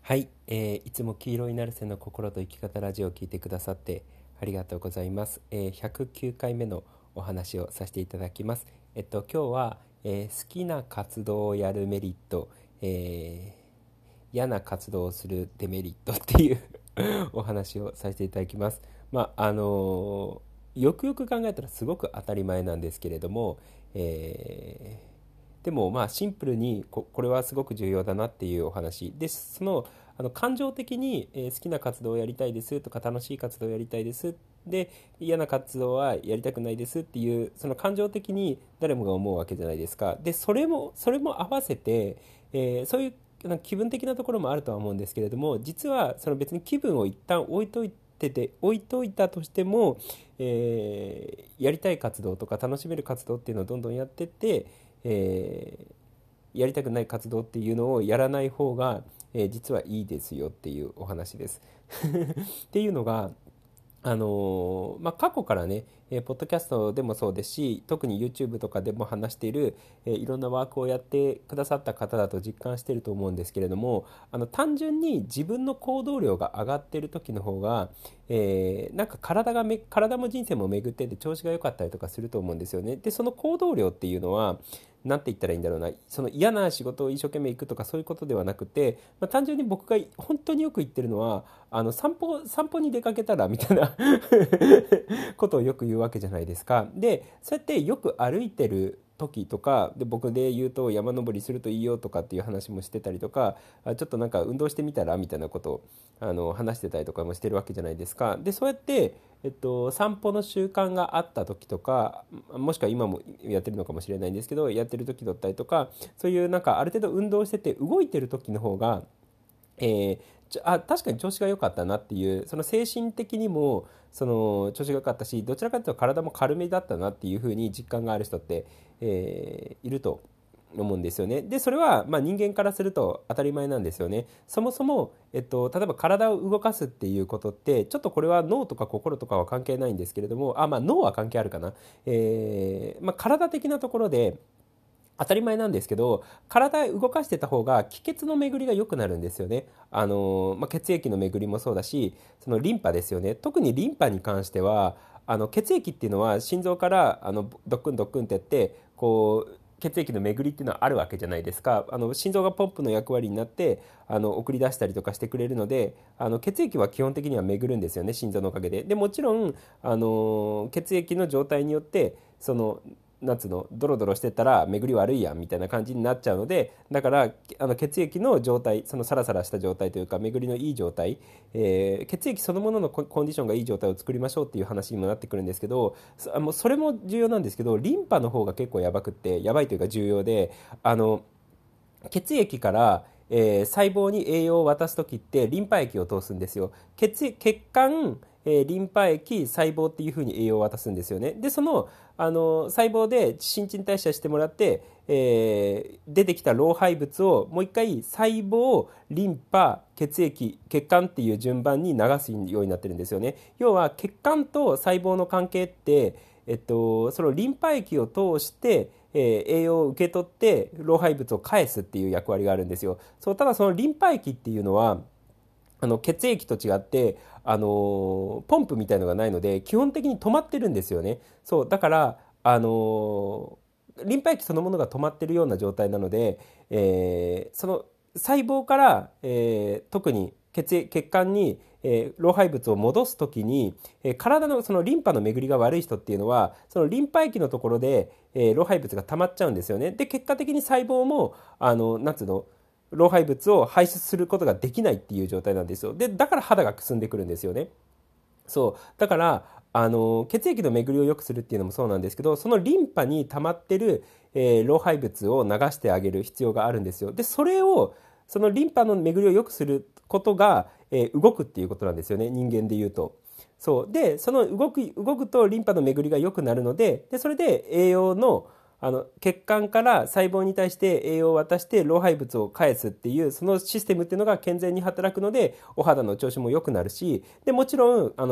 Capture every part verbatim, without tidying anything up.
はい、えーいつも黄色いナルセの心と生き方ラジオを聞いてくださってありがとうございます。えーひゃくきゅうかいめのお話をさせていただきます。えっと今日は、えー好きな活動をやるメリット、えー嫌な活動をするデメリットっていうお話をさせていただきます。まああのーよくよく考えたらすごく当たり前なんですけれども、えーでもまあシンプルにこ、これはすごく重要だなっていうお話で、その、あの感情的に、えー好きな活動をやりたいですとか楽しい活動をやりたいですで、嫌な活動はやりたくないですっていう、その感情的に誰もが思うわけじゃないですか。でそれもそれも合わせて、えーそういうなんか気分的なところもあるとは思うんですけれども、実はその別に気分を一旦置いといてて置いといたとしても、えーやりたい活動とか楽しめる活動っていうのをどんどんやってって、えーやりたくない活動っていうのをやらない方が、えー実はいいですよっていうお話です。っていうのが、あのーまあ、過去からね、えーポッドキャストでもそうですし、特に YouTube とかでも話している、えーいろんなワークをやってくださった方だと実感していると思うんですけれども、あの単純に自分の行動量が上がっている時の方が、えーなんか体がめ体も人生も巡ってて調子が良かったりとかすると思うんですよね。でその行動量っていうのはなんて言ったらいいんだろうな、その嫌な仕事を一生懸命行くとかそういうことではなくて、まあ、単純に僕が本当によく言ってるのは、あの散歩散歩に出かけたらみたいなことをよく言うわけじゃないですか。でそうやってよく歩いてる時とかで、僕で言うと山登りするといいよとかっていう話もしてたりとか、あちょっとなんか運動してみたらみたいなことをあの話してたりとかもしてるわけじゃないですか。でそうやって、えっと、散歩の習慣があった時とか、もしくは今もやってるのかもしれないんですけど、やってる時だったりとか、そういうなんかある程度運動してて動いてる時の方が、えーちょあ確かに調子が良かったなっていう、その精神的にもその調子が良かったし、どちらかというと体も軽めだったなっていう風に実感がある人って、えーいると思うんですよね。でそれはまあ人間からすると当たり前なんですよね。そもそも、えっと、例えば体を動かすっていうことって、ちょっとこれは脳とか心とかは関係ないんですけれども、あまあ脳は関係あるかな、えーまあ、体的なところで当たり前なんですけど、体動かしてた方が気血の巡りが良くなるんですよね。あの、まあ、血液の巡りもそうだし、そのリンパですよね。特にリンパに関しては、あの血液っていうのは心臓からあのドックンドックンってやってこう血液の巡りっていうのはあるわけじゃないですか。あの心臓がポンプの役割になってあの送り出したりとかしてくれるので、あの血液は基本的には巡るんですよね、心臓のおかげで。でもちろんあの血液の状態によってそのなんつうの、ドロドロしてたら巡り悪いやんみたいな感じになっちゃうので、だからあの血液の状態、そのサラサラした状態というか巡りのいい状態、えー血液そのもののココンディションがいい状態を作りましょうっていう話にもなってくるんですけど、そあもうそれも重要なんですけど、リンパの方が結構やばくって、やばいというか重要で、あの血液から、えー細胞に栄養を渡す時ってリンパ液を通すんですよ。血液血管、えーリンパ液、細胞っていう風に栄養を渡すんですよね。でそのあの細胞で新陳代謝してもらって、えー出てきた老廃物をもう一回細胞、リンパ、血液、血管っていう順番に流すようになってるんですよね。要は血管と細胞の関係って、えっと、そのリンパ液を通して、えー栄養を受け取って老廃物を返すっていう役割があるんですよ。そう、ただそのリンパ液っていうのはあの血液と違って、あのーポンプみたいのがないので基本的に止まってるんですよね。そうだから、あのーリンパ液そのものが止まってるような状態なので、えーその細胞から、えー特に血液血管に、えー老廃物を戻すときに、えー体のそのリンパの巡りが悪い人っていうのはそのリンパ液のところで、えー老廃物が溜まっちゃうんですよね。で結果的に細胞もあのなんつうの、老廃物を排出することができないっていう状態なんですよ。でだから肌がくすんでくるんですよね。そうだからあの血液の巡りを良くするっていうのもそうなんですけど、そのリンパに溜まってる、えー老廃物を流してあげる必要があるんですよ。でそれをそのリンパの巡りを良くすることが、えー動くっていうことなんですよね、人間で言うと。そうでその動く動くとリンパの巡りが良くなるので、でそれで栄養のあの血管から細胞に対して栄養を渡して老廃物を返すっていうそのシステムっていうのが健全に働くので、お肌の調子も良くなるし、でもちろんあの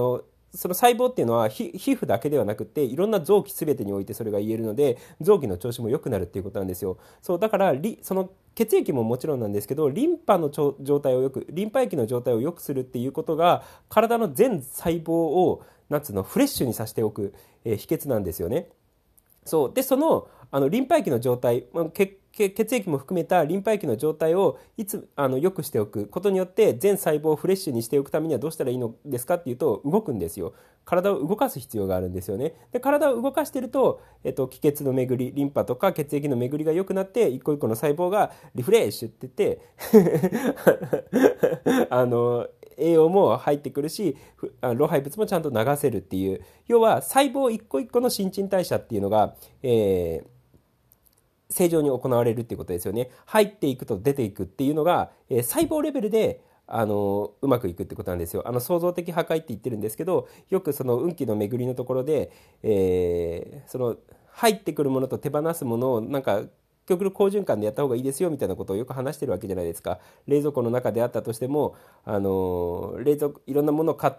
その細胞っていうのは皮膚だけではなくていろんな臓器全てにおいてそれが言えるので、臓器の調子も良くなるっていうことなんですよ。そうだからリその血液ももちろんなんですけど、リンパの状態をよくリンパ液の状態を良くするっていうことが体の全細胞をなんつうのフレッシュにさせておく、えー秘訣なんですよね。そうでそのあのリンパ液の状態、まあ血血液も含めたリンパ液の状態をいつあの良くしておくことによって全細胞をフレッシュにしておくためにはどうしたらいいのですかっていうと、動くんですよ。体を動かす必要があるんですよね。で体を動かしていると、えっと、気血の巡り、リンパとか血液の巡りが良くなって一個一個の細胞がリフレッシュって言ってあの栄養も入ってくるし、老廃物もちゃんと流せるっていう、要は細胞一個一個の新陳代謝っていうのが、えー正常に行われるっていうことですよね。入っていくと出ていくっていうのが、えー細胞レベルであのうまくいくってことなんですよ。あの創造的破壊って言ってるんですけど、よくその運気の巡りのところで、えーその入ってくるものと手放すものをなんか極力好循環でやった方がいいですよみたいなことをよく話してるわけじゃないですか。冷蔵庫の中であったとしても、あの冷蔵いろんなものを買って、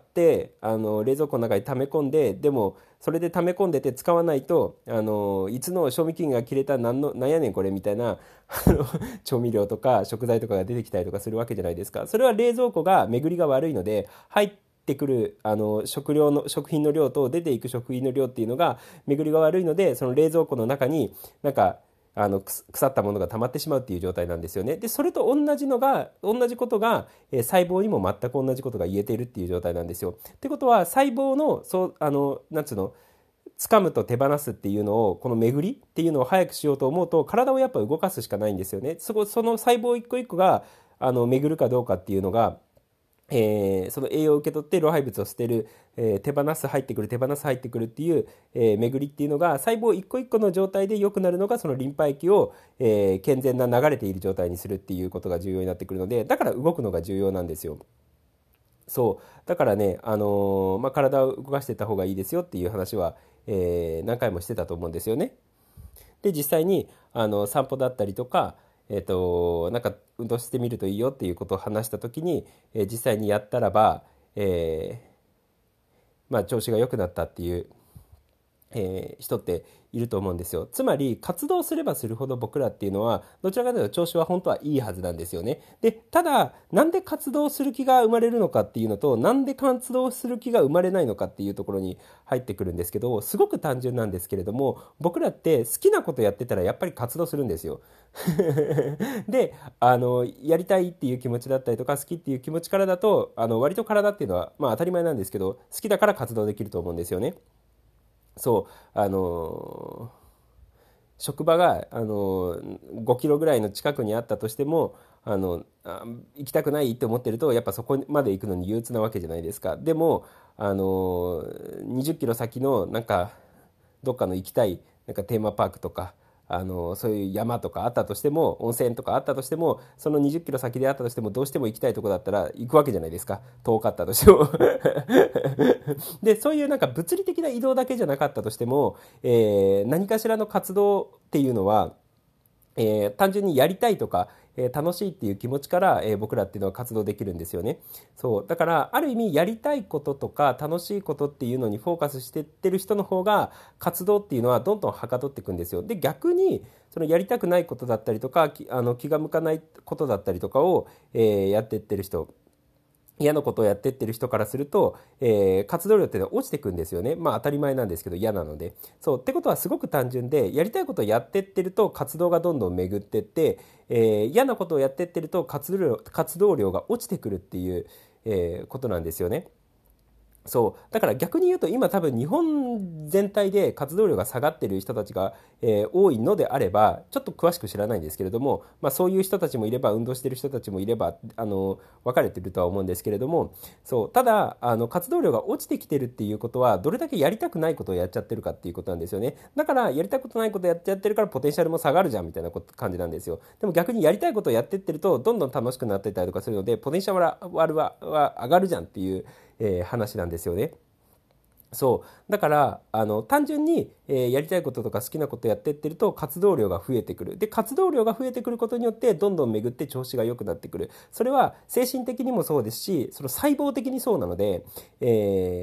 あの冷蔵庫の中に溜め込んで、でもそれで溜め込んでて使わないと、あのいつの賞味期限が切れたなんのなんやねんこれみたいなあの調味料とか食材とかが出てきたりとかするわけじゃないですか。それは冷蔵庫が巡りが悪いので、入ってくるあの食料の食品の量と出ていく食品の量っていうのが巡りが悪いので、その冷蔵庫の中になんかあの腐ったものが溜まってしまうっていう状態なんですよね。でそれと同じのが同じことが、えー細胞にも全く同じことが言えているっていう状態なんですよ。ってことは細胞のそうあのなんつうの掴むと手放すっていうのを、この巡りっていうのを早くしようと思うと体をやっぱ動かすしかないんですよね。そこその細胞一個一個があの巡るかどうかっていうのが、えーその栄養を受け取って老廃物を捨てる、えー手放す入ってくる手放す入ってくるっていう、えー巡りっていうのが細胞一個一個の状態で良くなるのが、そのリンパ液を、えー健全な流れている状態にするっていうことが重要になってくるので、だから動くのが重要なんですよ。そうだからね、あのーまあ、体を動かしていった方がいいですよっていう話は、えー何回もしてたと思うんですよね。で実際にあの散歩だったりとか、えっとなんか運動してみるといいよっていうことを話した時に、えー実際にやったらば、えーまあ、調子が良くなったっていう、えー人っていると思うんですよ。つまり活動すればするほど僕らっていうのはどちらかというと調子は本当はいいはずなんですよね。でただなんで活動する気が生まれるのかっていうのと、なんで活動する気が生まれないのかっていうところに入ってくるんですけど、すごく単純なんですけれども、僕らって好きなことやってたらやっぱり活動するんですよ。であのやりたいっていう気持ちだったりとか好きっていう気持ちからだと、あの割と体っていうのは、まあ、当たり前なんですけど好きだから活動できると思うんですよね。そうあの職場があのごキロぐらいの近くにあったとしても、あのあ行きたくないって思ってるとやっぱそこまで行くのに憂鬱なわけじゃないですか。でもあのにじゅっキロ先のなんかどっかの行きたいなんかテーマパークとか、あのそういう山とかあったとしても、温泉とかあったとしても、そのにじゅっキロ先であったとしてもどうしても行きたいとこだったら行くわけじゃないですか、遠かったとしても。でそういうなんか物理的な移動だけじゃなかったとしても、えー何かしらの活動っていうのは、えー単純にやりたいとか、えー楽しいっていう気持ちから、えー僕らっていうのは活動できるんですよね。そうだからある意味やりたいこととか楽しいことっていうのにフォーカスしてってる人の方が活動っていうのはどんどんはかどっていくんですよ。で逆にそのやりたくないことだったりとか、きあの気が向かないことだったりとかを、えーやってってる人、嫌なことをやってってる人からすると、えー活動量っていうのは落ちてくんですよね。まあ当たり前なんですけど嫌なので。そうってことはすごく単純で、やりたいことをやってってると活動がどんどん巡ってって、えー嫌なことをやってってると活動量、活動量が落ちてくるっていう、えーことなんですよね。そうだから逆に言うと今多分日本全体で活動量が下がっている人たちが、えー多いのであれば、ちょっと詳しく知らないんですけれども、まあ、そういう人たちもいれば運動している人たちもいれば、あの分かれているとは思うんですけれども、そうただあの活動量が落ちてきてるっていうことはどれだけやりたくないことをやっちゃってるかっていうことなんですよね。だからやりたくないことやっちゃってるからポテンシャルも下がるじゃんみたいなこと感じなんですよ。でも逆にやりたいことをやってってるとどんどん楽しくなっていったりとかするので、ポテンシャルははは上がるじゃんっていう、えー話なんですよね。そうだからあの単純に、えーやりたいこととか好きなことやってってると活動量が増えてくる。で活動量が増えてくることによってどんどん巡って調子が良くなってくる。それは精神的にもそうですし、その細胞的にそうなので、えー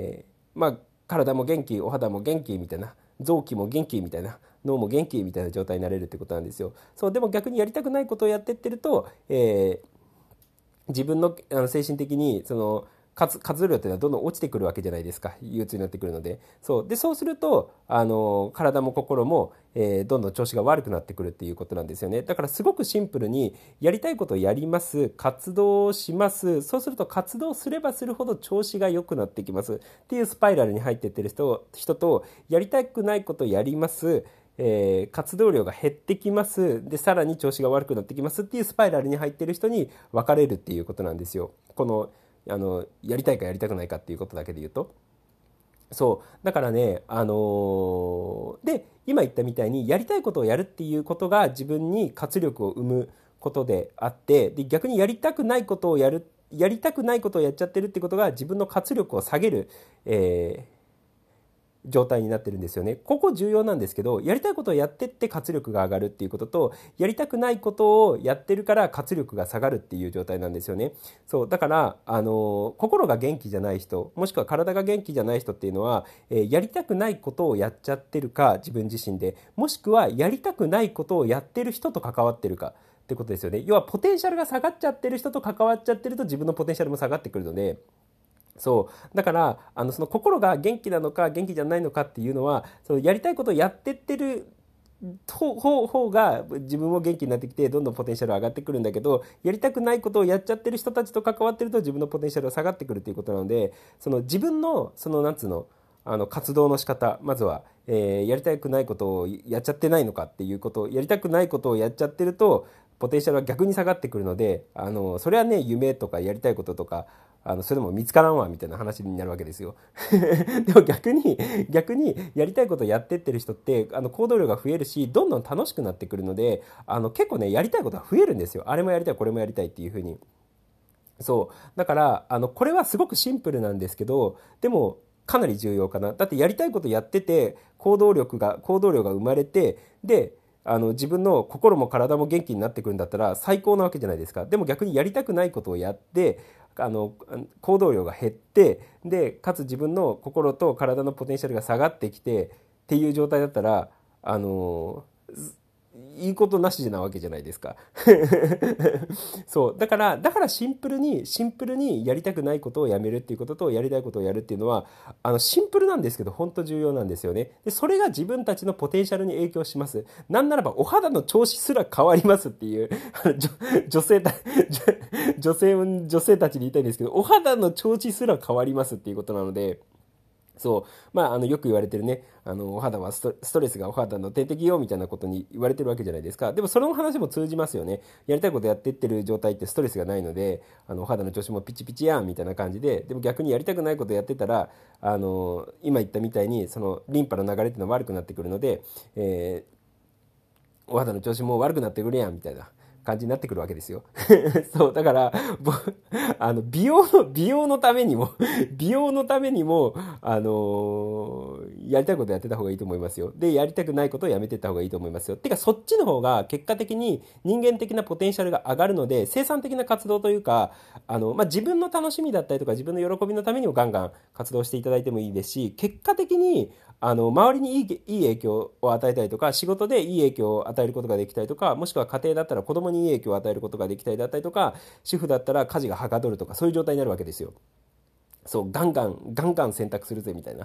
まあ体も元気、お肌も元気みたいな、臓器も元気みたいな、脳も元気みたいな状態になれるってことなんですよ。そうでも逆にやりたくないことをやってってると、えー、自分のあの精神的にその活活動量っていうのはどんどん落ちてくるわけじゃないですか。憂鬱になってくるので。そうでそうするとあの体も心も、えーどんどん調子が悪くなってくるっていうことなんですよね。だからすごくシンプルにやりたいことをやります、活動をします。そうすると活動すればするほど調子が良くなってきますっていうスパイラルに入っていってる人人と、やりたくないことをやります、えー活動量が減ってきます、でさらに調子が悪くなってきますっていうスパイラルに入ってる人に分かれるっていうことなんですよ。このあのやりたいかやりたくないかっていうことだけで言うと。そうだからね、あのーで今言ったみたいにやりたいことをやるっていうことが自分に活力を生むことであって、で逆にやりたくないことをやるやりたくないことをやっちゃってるってことが自分の活力を下げる、えー状態になってるんですよね。ここ重要なんですけど、やりたいことをやってって活力が上がるっていうことと、やりたくないことをやってるから活力が下がるっていう状態なんですよね。そうだからあの心が元気じゃない人、もしくは体が元気じゃない人っていうのは、えーやりたくないことをやっちゃってるか、自分自身で、もしくはやりたくないことをやってる人と関わってるかってことですよね。要はポテンシャルが下がっちゃってる人と関わっちゃってると、自分のポテンシャルも下がってくるので。そうだからあのその心が元気なのか元気じゃないのかっていうのは、そのやりたいことをやってってる方方が自分も元気になってきて、どんどんポテンシャル上がってくるんだけど、やりたくないことをやっちゃってる人たちと関わってると自分のポテンシャルが下がってくるっていうことなので、その自分のそのなんつうのあの活動の仕方、まずは、えーやりたくないことをやっちゃってないのかっていうことを、やりたくないことをやっちゃってるとポテンシャルは逆に下がってくるので、あのそれはね、夢とかやりたいこととか、あのそれでも見つからんわみたいな話になるわけですよ。でも逆に逆にやりたいことをやってってる人ってあの行動量が増えるし、どんどん楽しくなってくるので、あの結構ねやりたいことが増えるんですよ。あれもやりたいこれもやりたいっていう風に。そうだからあのこれはすごくシンプルなんですけど、でもかなり重要かな。だってやりたいことやってて行動力が行動量が生まれて、であの自分の心も体も元気になってくるんだったら最高なわけじゃないですか。でも逆にやりたくないことをやって、あの行動量が減って、でかつ自分の心と体のポテンシャルが下がってきてっていう状態だったら、あのいいことなしなわけじゃないですか。そうだからだからシンプルにシンプルにやりたくないことをやめるっていうことと、やりたいことをやるっていうのはあのシンプルなんですけど本当重要なんですよね。でそれが自分たちのポテンシャルに影響します。なんならばお肌の調子すら変わりますっていう、あの女女性た女性女性たちに言いたいんですけど、お肌の調子すら変わりますっていうことなので。そうまあ、あのよく言われてるね、あのお肌はスト、ストレスがお肌の天敵よみたいなことに言われてるわけじゃないですか。でもその話も通じますよね。やりたいことやってってる状態ってストレスがないので、あのお肌の調子もピチピチやんみたいな感じで、でも逆にやりたくないことやってたら、あの今言ったみたいにそのリンパの流れっていうのは悪くなってくるので、えーお肌の調子も悪くなってくるやんみたいな感じになってくるわけですよ。そうだからあの美容の美容のためにも美容のためにもあのーやりたいことやってた方がいいと思いますよ。でやりたくないことをやめてった方がいいと思いますよ。てかそっちの方が結果的に人間的なポテンシャルが上がるので、生産的な活動というか、あの、まあ、自分の楽しみだったりとか自分の喜びのためにもガンガン活動していただいてもいいですし、結果的にあの周りにいい、いい影響を与えたりとか、仕事でいい影響を与えることができたりとか、もしくは家庭だったら子供にいい影響を与えることができたりだったりとか、主婦だったら家事がはかどるとか、そういう状態になるわけですよ。そうガンガンガンガン選択するぜみたいな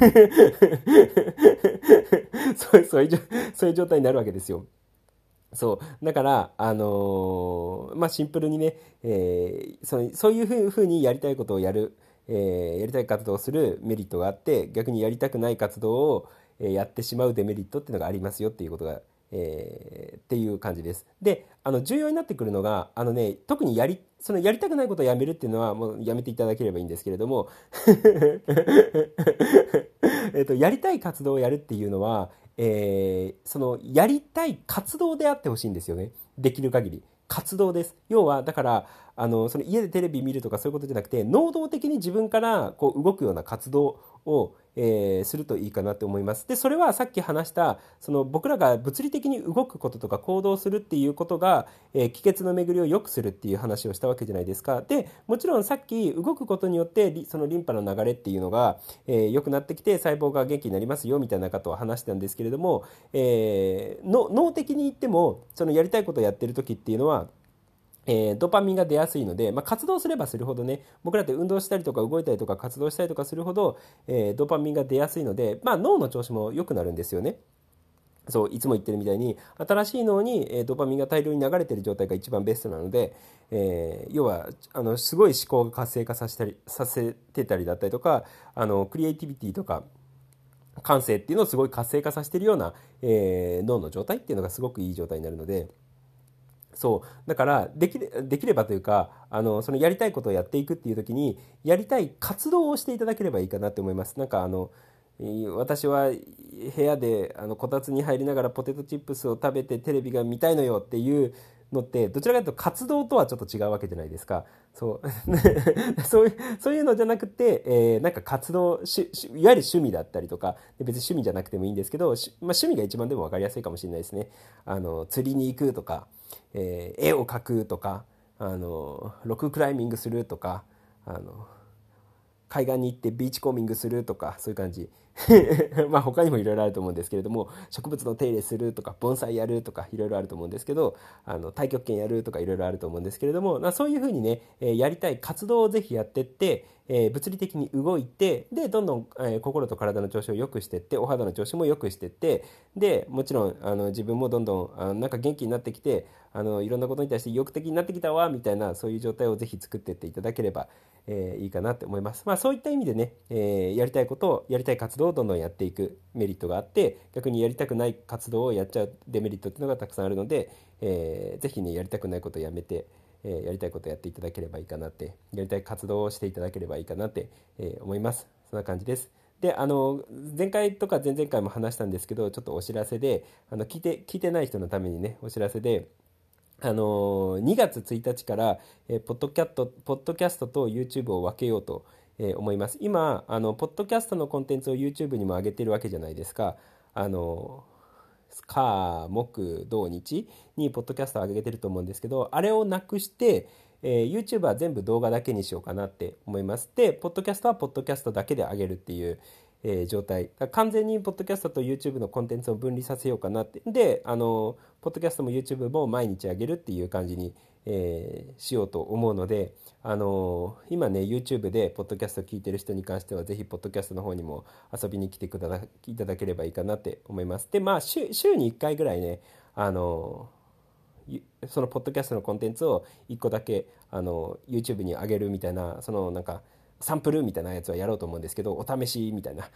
そうそういうそういう状態になるわけですよ。そうだからあのーまあシンプルにね、えー、そそういうふうにやりたいことをやる、えーやりたい活動をするメリットがあって、逆にやりたくない活動をえーやってしまうデメリットっていうのがありますよっていうことが、えーっていう感じです。であの重要になってくるのが、あのね、特にやりそのやりたくないことをやめるっていうのはもうやめていただければいいんですけれどもえっとやりたい活動をやるっていうのは、えーそのやりたい活動であってほしいんですよね。できる限り活動です。要はだからあのその家でテレビ見るとかそういうことじゃなくて、能動的に自分からこう動くような活動を、えーするといいかなと思います。で、それはさっき話したその僕らが物理的に動くこととか行動するっていうことが、えー気血の巡りを良くするっていう話をしたわけじゃないですか。で、もちろんさっき動くことによってリそのリンパの流れっていうのが、えー良くなってきて細胞が元気になりますよみたいなことを話したんですけれども、えーの脳的に言ってもそのやりたいことをやってる時っていうのは、えードパミンが出やすいので、まあ、活動すればするほどね、僕らって運動したりとか動いたりとか活動したりとかするほど、えードパミンが出やすいので、まあ、脳の調子も良くなるんですよね。そう、いつも言ってるみたいに新しい脳に、えードパミンが大量に流れてる状態が一番ベストなので、えー要はあのすごい思考が活性化させたりさせてたりだったりとか、あのクリエイティビティとか感性っていうのをすごい活性化させてるような、えー脳の状態っていうのがすごくいい状態になるので、そうだからできれ、できればというか、あのそのやりたいことをやっていくっていう時にやりたい活動をしていただければいいかなって思います。なんかあのえー私は部屋であのこたつに入りながらポテトチップスを食べてテレビが見たいのよっていうのって、どちらかというと活動とはちょっと違うわけじゃないですか。そうそういう、そういうのじゃなくて、えーなんか活動ししいわゆる趣味だったりとか、で別に趣味じゃなくてもいいんですけど、しまあ、趣味が一番でも分かりやすいかもしれないですね。あの釣りに行くとか、えー絵を描くとか、あのロッククライミングするとか、あの海岸に行ってビーチコーミングするとか、そういう感じまあ他にもいろいろあると思うんですけれども、植物の手入れするとか盆栽やるとかいろいろあると思うんですけど、あの太極拳やるとかいろいろあると思うんですけれども、まあ、そういうふうにね、えーやりたい活動をぜひやってって、えー物理的に動いて、でどんどん、えー心と体の調子を良くしてって、お肌の調子も良くしてって、でもちろんあの自分もどんどんあのなんか元気になってきて、あのいろんなことに対して意欲的になってきたわみたいな、そういう状態をぜひ作っていっていただければ、えーいいかなって思います。まあそういった意味でね、えーやりたいことをやりたい活動をどんどんやっていくメリットがあって、逆にやりたくない活動をやっちゃうデメリットっていうのがたくさんあるので、えーぜひねやりたくないことをやめて、えーやりたいことをやっていただければいいかなって、やりたい活動をしていただければいいかなって、えー思います。そんな感じです。で、あの前回とか前々回も話したんですけど、ちょっとお知らせで、あの聞いて聞いてない人のためにねお知らせで、あのにがつついたちから、えーポッドキャスト、ポッドキャストと YouTube を分けようと、えー思います。今、あの、ポッドキャストのコンテンツを YouTube にも上げてるわけじゃないですか。あの、火、木、土、日にポッドキャストを上げてると思うんですけど、あれをなくして、えー YouTube は全部動画だけにしようかなって思います。で、ポッドキャストはポッドキャストだけで上げるっていう、えー状態。完全にポッドキャストと YouTube のコンテンツを分離させようかなって。で、あの、ポッドキャストも YouTube も毎日上げるっていう感じに、えーしようと思うので、あの今ね YouTube でポッドキャスト聞いてる人に関してはぜひポッドキャストの方にも遊びに来てくだいただければいいかなって思います。で、まあ週、週にいっかいぐらいね、あのそのポッドキャストのコンテンツをいっこだけあの YouTube に上げるみたいな、そのなんかサンプルみたいなやつはやろうと思うんですけど、お試しみたいな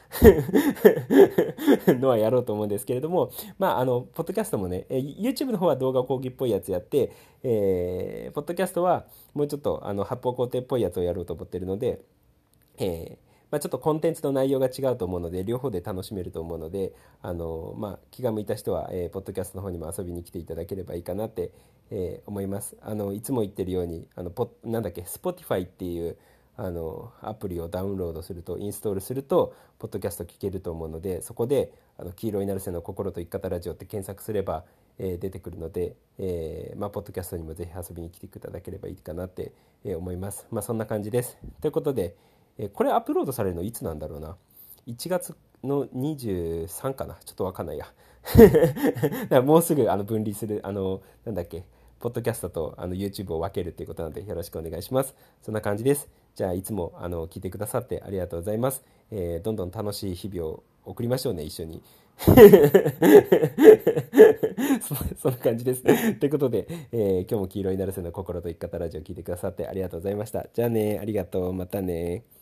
のはやろうと思うんですけれども、まあ、あの、ポッドキャストもね、えー YouTube の方は動画講義っぽいやつやって、えーポッドキャストはもうちょっとあの発泡工程っぽいやつをやろうと思ってるので、えーまあ、ちょっとコンテンツの内容が違うと思うので両方で楽しめると思うので、あの、まあ、気が向いた人は、えーポッドキャストの方にも遊びに来ていただければいいかなって、えー思います。あのいつも言ってるようにあのポなんだっけ Spotify っていうあのアプリをダウンロードするとインストールするとポッドキャスト聞けると思うので、そこであの黄色いなるせの心と生き方ラジオって検索すれば、えー出てくるので、えーまあ、ポッドキャストにもぜひ遊びに来ていただければいいかなって、えー思います。まあそんな感じです。ということで、えーこれアップロードされるのいつなんだろうな。いちがつのにじゅうさんかな、ちょっとわかんないやだからもうすぐあの分離する、あのなんだっけポッドキャストとあの YouTube を分けるっていうことなのでよろしくお願いします。そんな感じです。じゃあいつもあの聞いてくださってありがとうございます。えーどんどん楽しい日々を送りましょうね、一緒にそそんな感じです。ということで、えー今日も黄色いなるせの心と生き方ラジオ聞いてくださってありがとうございました。じゃあね、ありがとう、またね。